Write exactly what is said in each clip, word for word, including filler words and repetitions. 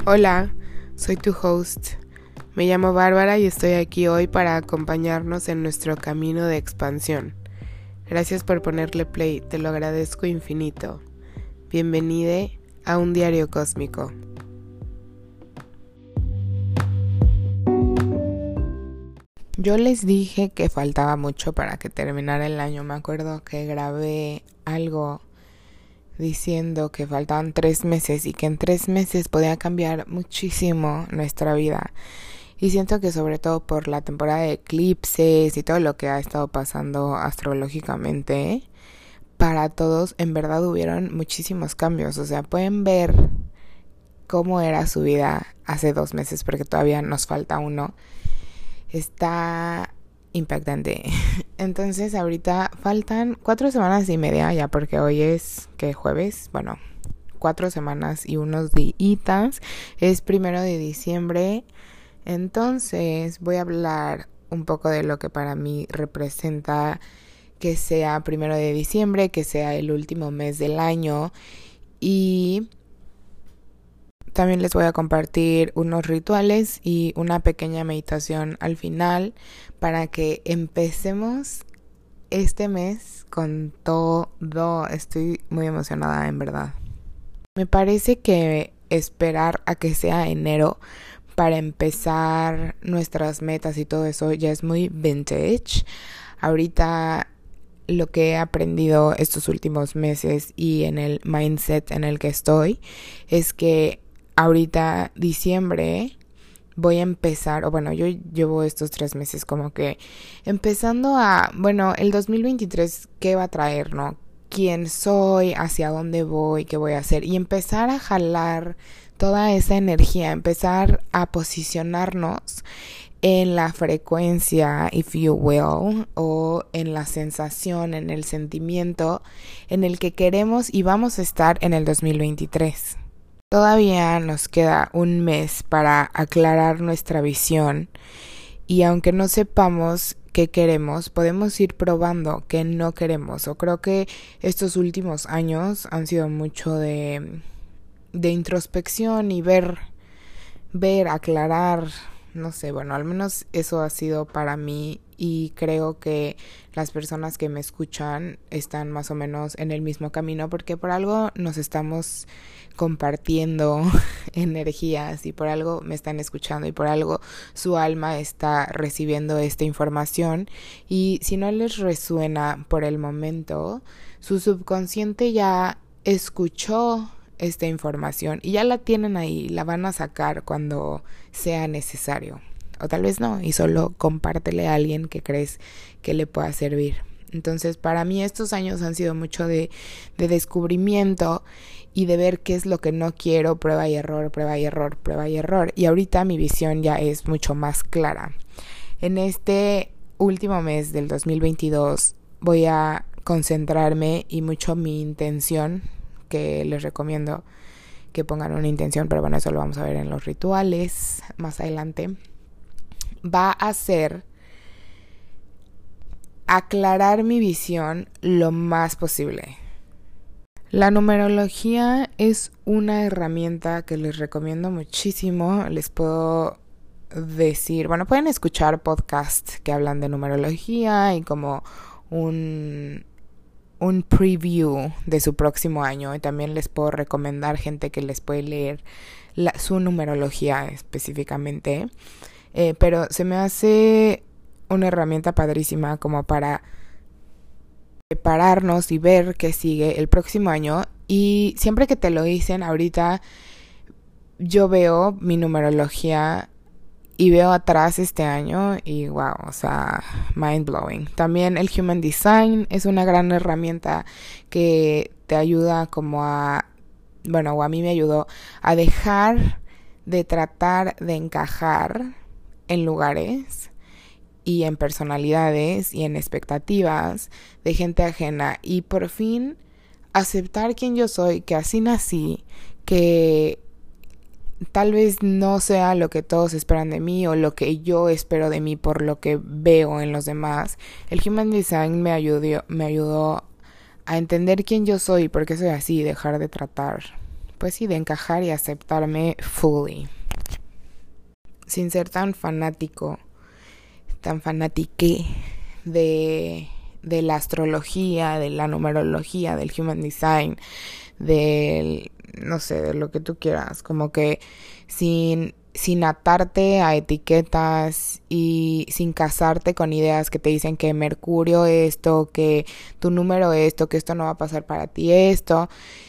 Hola, soy tu host. Me llamo Bárbara y estoy aquí hoy para acompañarnos en nuestro camino de expansión. Gracias por ponerle play, te lo agradezco infinito. Bienvenide a un diario cósmico. Yo les dije que faltaba mucho para que terminara el año. Me acuerdo que grabé algo diciendo que faltaban tres meses y que en tres meses podía cambiar muchísimo nuestra vida. Y siento que sobre todo por la temporada de eclipses y todo lo que ha estado pasando astrológicamente, para todos en verdad hubieron muchísimos cambios. O sea, pueden ver cómo era su vida hace dos meses porque todavía nos falta uno. Está impactante. Entonces ahorita faltan cuatro semanas y media ya, porque hoy es que jueves, bueno, cuatro semanas y unos días. Es primero de diciembre. Entonces voy a hablar un poco de lo que para mí representa que sea primero de diciembre, que sea el último mes del año, y también les voy a compartir unos rituales y una pequeña meditación al final para que empecemos este mes con todo. Estoy muy emocionada, en verdad. Me parece que esperar a que sea enero para empezar nuestras metas y todo eso ya es muy vintage. Ahorita lo que he aprendido estos últimos meses y en el mindset en el que estoy es que ahorita diciembre voy a empezar, o bueno, yo llevo estos tres meses como que empezando a, bueno, el dos mil veintitrés, ¿qué va a traer, no? ¿Quién soy? ¿Hacia dónde voy? ¿Qué voy a hacer? Y empezar a jalar toda esa energía, empezar a posicionarnos en la frecuencia, if you will, o en la sensación, en el sentimiento en el que queremos y vamos a estar en el dos mil veintitrés. Todavía nos queda un mes para aclarar nuestra visión y aunque no sepamos qué queremos, podemos ir probando qué no queremos. O creo que estos últimos años han sido mucho de, de introspección y ver, ver, aclarar, no sé, bueno, al menos eso ha sido para mí y creo que las personas que me escuchan están más o menos en el mismo camino porque por algo nos estamos compartiendo energías y por algo me están escuchando y por algo su alma está recibiendo esta información y si no les resuena por el momento, su subconsciente ya escuchó esta información y ya la tienen ahí, la van a sacar cuando sea necesario. O tal vez no, y solo compártele a alguien que crees que le pueda servir. Entonces, para mí estos años han sido mucho de, de descubrimiento y de ver qué es lo que no quiero, prueba y error, prueba y error, prueba y error. Y ahorita mi visión ya es mucho más clara. En este último mes del dos mil veintidós voy a concentrarme y mucho mi intención, que les recomiendo que pongan una intención, pero bueno, eso lo vamos a ver en los rituales más adelante, va a ser aclarar mi visión lo más posible. La numerología es una herramienta que les recomiendo muchísimo. Les puedo decir, bueno, pueden escuchar podcasts que hablan de numerología y como un, un preview de su próximo año. Y también les puedo recomendar gente que les puede leer la, su numerología específicamente. Eh, pero se me hace una herramienta padrísima como para prepararnos y ver qué sigue el próximo año. Y siempre que te lo dicen, ahorita yo veo mi numerología y veo atrás este año y wow, o sea, mind blowing. También el Human Design es una gran herramienta que te ayuda como a, bueno, o a mí me ayudó a dejar de tratar de encajar en lugares y en personalidades y en expectativas de gente ajena y por fin aceptar quién yo soy, que así nací, que tal vez no sea lo que todos esperan de mí o lo que yo espero de mí por lo que veo en los demás. El Human Design me ayudó, me ayudó a entender quién yo soy, por qué soy así, dejar de tratar pues sí, de encajar y aceptarme fully. Sin ser tan fanático, tan fanatique de, de la astrología, de la numerología, del human design, del, no sé, de lo que tú quieras. Como que sin, sin atarte a etiquetas y sin casarte con ideas que te dicen que Mercurio esto, que tu número esto, que esto no va a pasar para ti esto.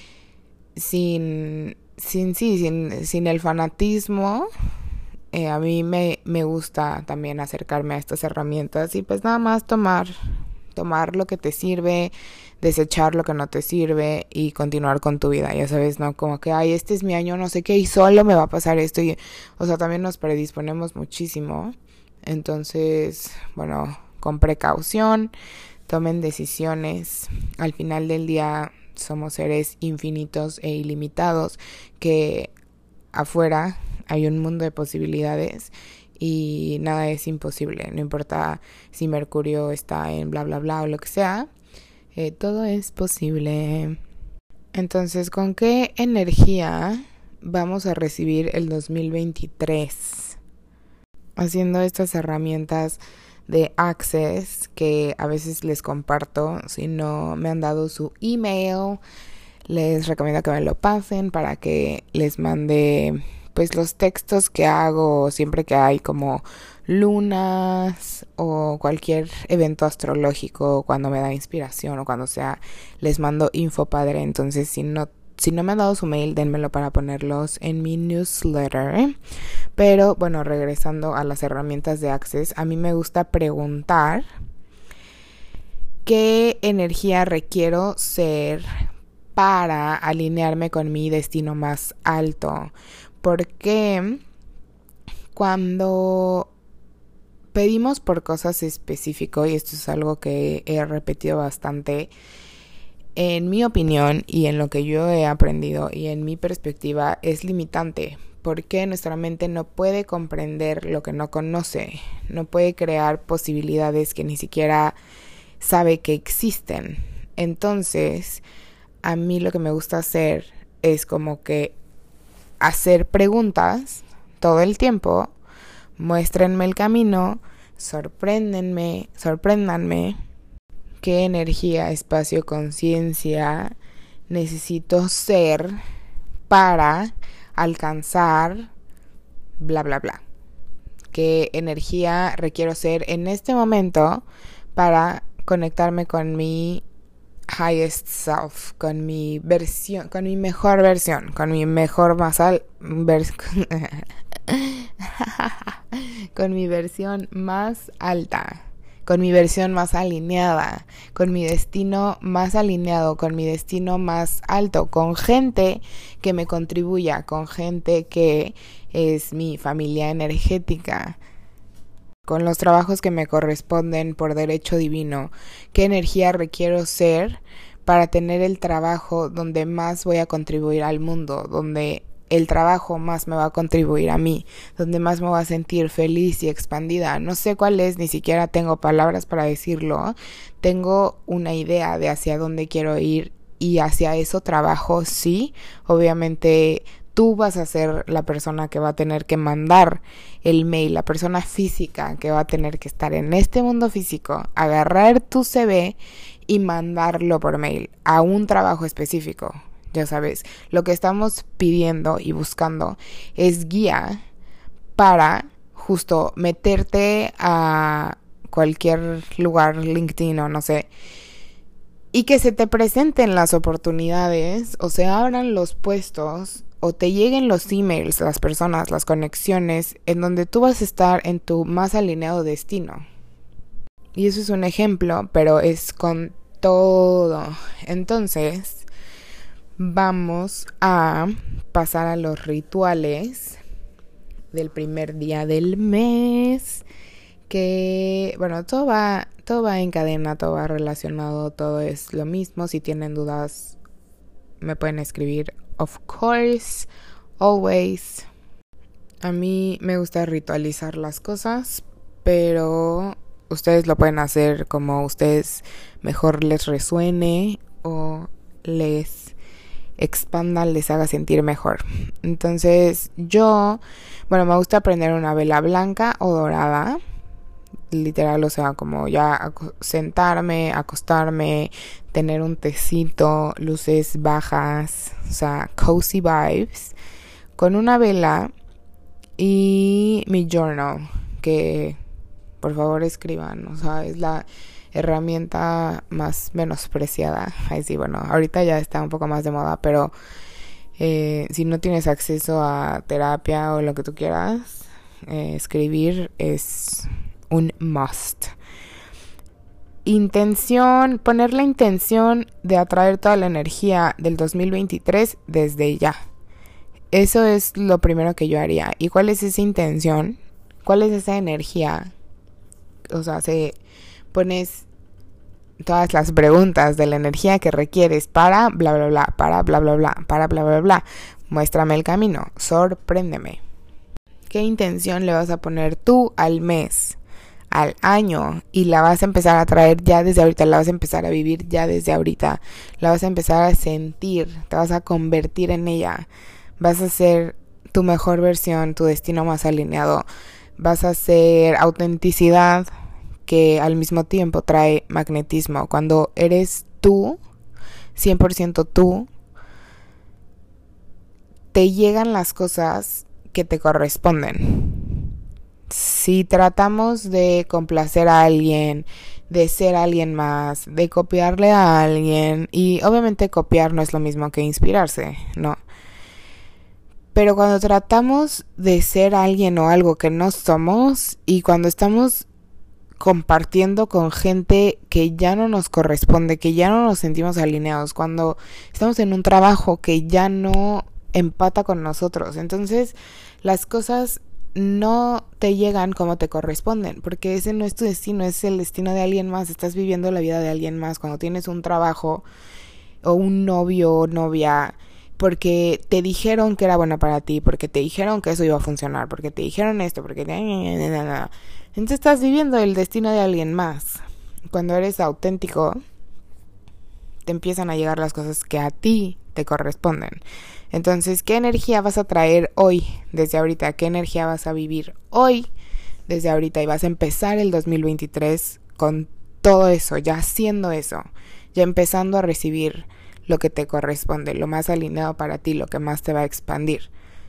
Sin, sin, sí, sin, sin el fanatismo. Eh, a mí me, me gusta también acercarme a estas herramientas y pues nada más tomar, tomar lo que te sirve, desechar lo que no te sirve y continuar con tu vida, ya sabes, ¿no? Como que, ay, este es mi año, no sé qué, y solo me va a pasar esto. Y, o sea, también nos predisponemos muchísimo. Entonces, bueno, con precaución, tomen decisiones. Al final del día somos seres infinitos e ilimitados que afuera hay un mundo de posibilidades y nada es imposible, no importa si Mercurio está en bla bla bla o lo que sea, eh, todo es posible. Entonces, ¿con qué energía vamos a recibir el dos mil veintitrés? Haciendo estas herramientas de Access que a veces les comparto. Si no me han dado su email, les recomiendo que me lo pasen para que les mande pues los textos que hago siempre que hay como lunas o cualquier evento astrológico, cuando me da inspiración o cuando sea, les mando info padre. Entonces si no si no me han dado su mail, denmelo para ponerlos en mi newsletter. Pero bueno, regresando a las herramientas de Access, a mí me gusta preguntar qué energía requiero ser para alinearme con mi destino más alto. Porque cuando pedimos por cosas específicas, y esto es algo que he repetido bastante, en mi opinión y en lo que yo he aprendido y en mi perspectiva, es limitante. Porque nuestra mente no puede comprender lo que no conoce, no puede crear posibilidades que ni siquiera sabe que existen. Entonces, a mí lo que me gusta hacer es como que hacer preguntas todo el tiempo, muéstrenme el camino, sorpréndenme, sorpréndanme qué energía, espacio, conciencia necesito ser para alcanzar bla bla bla. Qué energía requiero ser en este momento para conectarme con mi highest self, con mi versión, con mi mejor versión, con mi mejor más al, vers- con mi versión más alta, con mi versión más alineada, con mi destino más alineado, con mi destino más alto, con gente que me contribuya, con gente que es mi familia energética, con los trabajos que me corresponden por derecho divino. ¿Qué energía requiero ser para tener el trabajo donde más voy a contribuir al mundo, donde el trabajo más me va a contribuir a mí, donde más me voy a sentir feliz y expandida? No sé cuál es, ni siquiera tengo palabras para decirlo. Tengo una idea de hacia dónde quiero ir y hacia eso trabajo, sí. Obviamente tú vas a ser la persona que va a tener que mandar el mail, la persona física que va a tener que estar en este mundo físico, agarrar tu C V y mandarlo por mail a un trabajo específico. Ya sabes, lo que estamos pidiendo y buscando es guía para justo meterte a cualquier lugar, LinkedIn o no sé, y que se te presenten las oportunidades o se abran los puestos o te lleguen los emails, las personas, las conexiones en donde tú vas a estar en tu más alineado destino. Y eso es un ejemplo, pero es con todo. Entonces, vamos a pasar a los rituales del primer día del mes. Que, bueno, todo va, todo va en cadena, todo va relacionado, todo es lo mismo. Si tienen dudas, me pueden escribir. Of course, always. A mí me gusta ritualizar las cosas, pero ustedes lo pueden hacer como ustedes mejor les resuene o les expanda, les haga sentir mejor. Entonces yo, bueno, me gusta prender una vela blanca o dorada, literal, o sea, como ya sentarme, acostarme, tener un tecito, luces bajas, o sea, cozy vibes, con una vela y mi journal, que por favor escriban, o sea, es la herramienta más menospreciada. Ay, sí, bueno, ahorita ya está un poco más de moda, pero eh, si no tienes acceso a terapia o lo que tú quieras, eh, escribir es un must. Intención, poner la intención de atraer toda la energía del dos mil veintitrés desde ya. Eso es lo primero que yo haría. ¿Y cuál es esa intención? ¿Cuál es esa energía? O sea, se pones todas las preguntas de la energía que requieres para bla bla bla, para bla bla bla, para bla bla bla. Muéstrame el camino, sorpréndeme. ¿Qué intención le vas a poner tú al mes, al año? Y la vas a empezar a traer ya desde ahorita, la vas a empezar a vivir ya desde ahorita, la vas a empezar a sentir, te vas a convertir en ella, vas a ser tu mejor versión, tu destino más alineado, vas a ser autenticidad, que al mismo tiempo trae magnetismo. Cuando eres tú, cien por ciento tú, te llegan las cosas que te corresponden. Si tratamos de complacer a alguien, de ser alguien más, de copiarle a alguien, y obviamente copiar no es lo mismo que inspirarse, ¿no? Pero cuando tratamos de ser alguien o algo que no somos, y cuando estamos compartiendo con gente que ya no nos corresponde, que ya no nos sentimos alineados, cuando estamos en un trabajo que ya no empata con nosotros, entonces las cosas no te llegan como te corresponden, porque ese no es tu destino, es el destino de alguien más, estás viviendo la vida de alguien más. Cuando tienes un trabajo o un novio o novia, porque te dijeron que era bueno para ti, porque te dijeron que eso iba a funcionar, porque te dijeron esto, porque te... entonces estás viviendo el destino de alguien más. Cuando eres auténtico, te empiezan a llegar las cosas que a ti te corresponden. Entonces, ¿qué energía vas a traer hoy, desde ahorita? ¿Qué energía vas a vivir hoy, desde ahorita? Y vas a empezar el dos mil veintitrés con todo eso, ya haciendo eso, ya empezando a recibir lo que te corresponde, lo más alineado para ti, lo que más te va a expandir.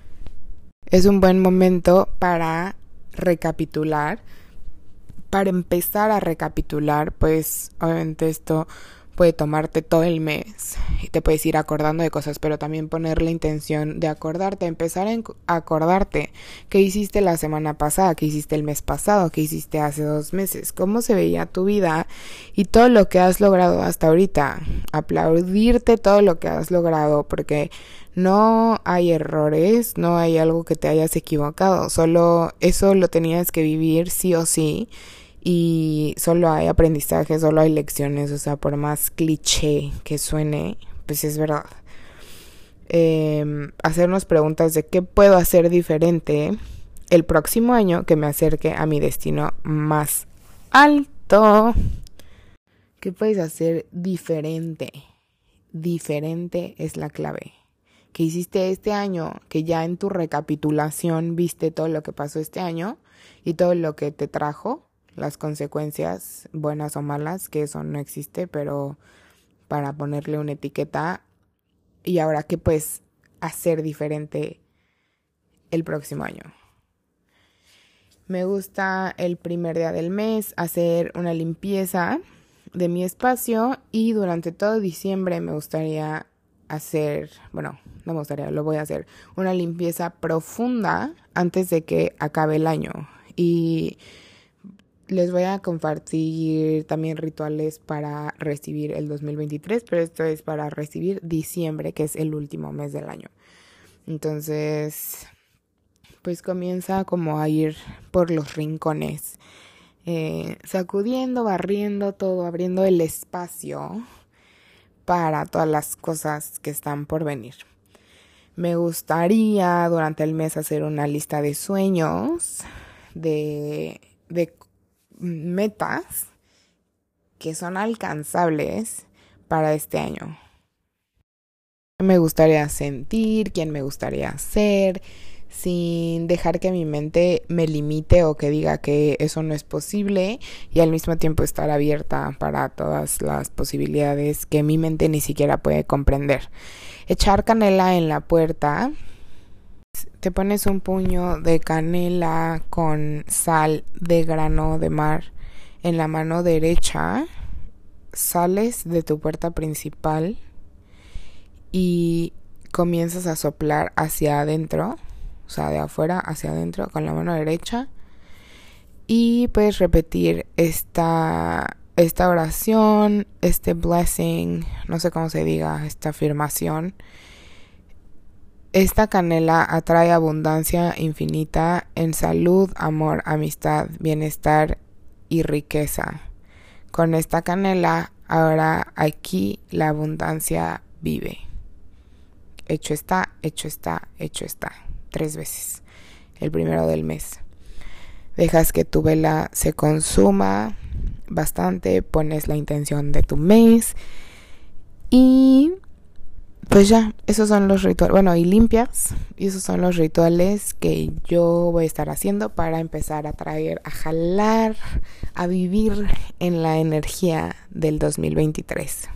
Es un buen momento para recapitular, para empezar a recapitular, pues obviamente esto puede tomarte todo el mes y te puedes ir acordando de cosas, pero también poner la intención de acordarte, empezar a acordarte qué hiciste la semana pasada, qué hiciste el mes pasado, qué hiciste hace dos meses, cómo se veía tu vida y todo lo que has logrado hasta ahorita. Aplaudirte todo lo que has logrado, porque no hay errores, no hay algo que te hayas equivocado, solo eso lo tenías que vivir sí o sí. Y solo hay aprendizaje, solo hay lecciones, o sea, por más cliché que suene, pues es verdad. Eh, hacernos preguntas de qué puedo hacer diferente el próximo año que me acerque a mi destino más alto. ¿Qué puedes hacer diferente? Diferente es la clave. ¿Qué hiciste este año? Que ya en tu recapitulación viste todo lo que pasó este año y todo lo que te trajo. Las consecuencias, buenas o malas, que eso no existe, pero para ponerle una etiqueta. Y ahora, ¿qué puedes hacer diferente el próximo año? Me gusta el primer día del mes hacer una limpieza de mi espacio y durante todo diciembre me gustaría hacer, bueno, no me gustaría, lo voy a hacer, una limpieza profunda antes de que acabe el año. Y les voy a compartir también rituales para recibir el dos mil veintitrés, pero esto es para recibir diciembre, que es el último mes del año. Entonces, pues comienza como a ir por los rincones, eh, sacudiendo, barriendo todo, abriendo el espacio para todas las cosas que están por venir. Me gustaría durante el mes hacer una lista de sueños, de, de metas que son alcanzables para este año. me gustaría sentir, quién me gustaría ser, sin dejar que mi mente me limite o que diga que eso no es posible, y al mismo tiempo estar abierta para todas las posibilidades que mi mente ni siquiera puede comprender. Echar canela en la puerta. Te pones un puño de canela con sal de grano de mar en la mano derecha, sales de tu puerta principal y comienzas a soplar hacia adentro, o sea, de afuera hacia adentro con la mano derecha, y puedes repetir esta, esta oración, este blessing, no sé cómo se diga, esta afirmación. Esta canela atrae abundancia infinita en salud, amor, amistad, bienestar y riqueza. Con esta canela, ahora aquí la abundancia vive. Hecho está, hecho está, hecho está. Tres veces. El primero del mes. Dejas que tu vela se consuma bastante. Pones la intención de tu mes. Y pues ya, esos son los rituales. Bueno, y limpias. Y esos son los rituales que yo voy a estar haciendo para empezar a traer, a jalar, a vivir en la energía del dos mil veintitrés.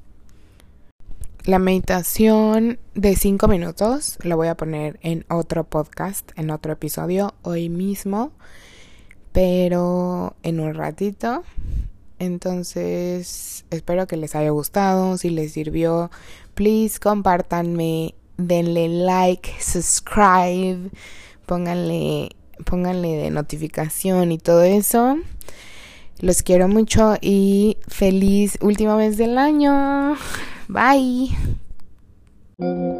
La meditación de cinco minutos la voy a poner en otro podcast, en otro episodio, hoy mismo, pero en un ratito. Entonces, espero que les haya gustado. Si les sirvió, please compártanme, denle like, subscribe, pónganle, pónganle de notificación y todo eso. Los quiero mucho y feliz último mes del año. Bye.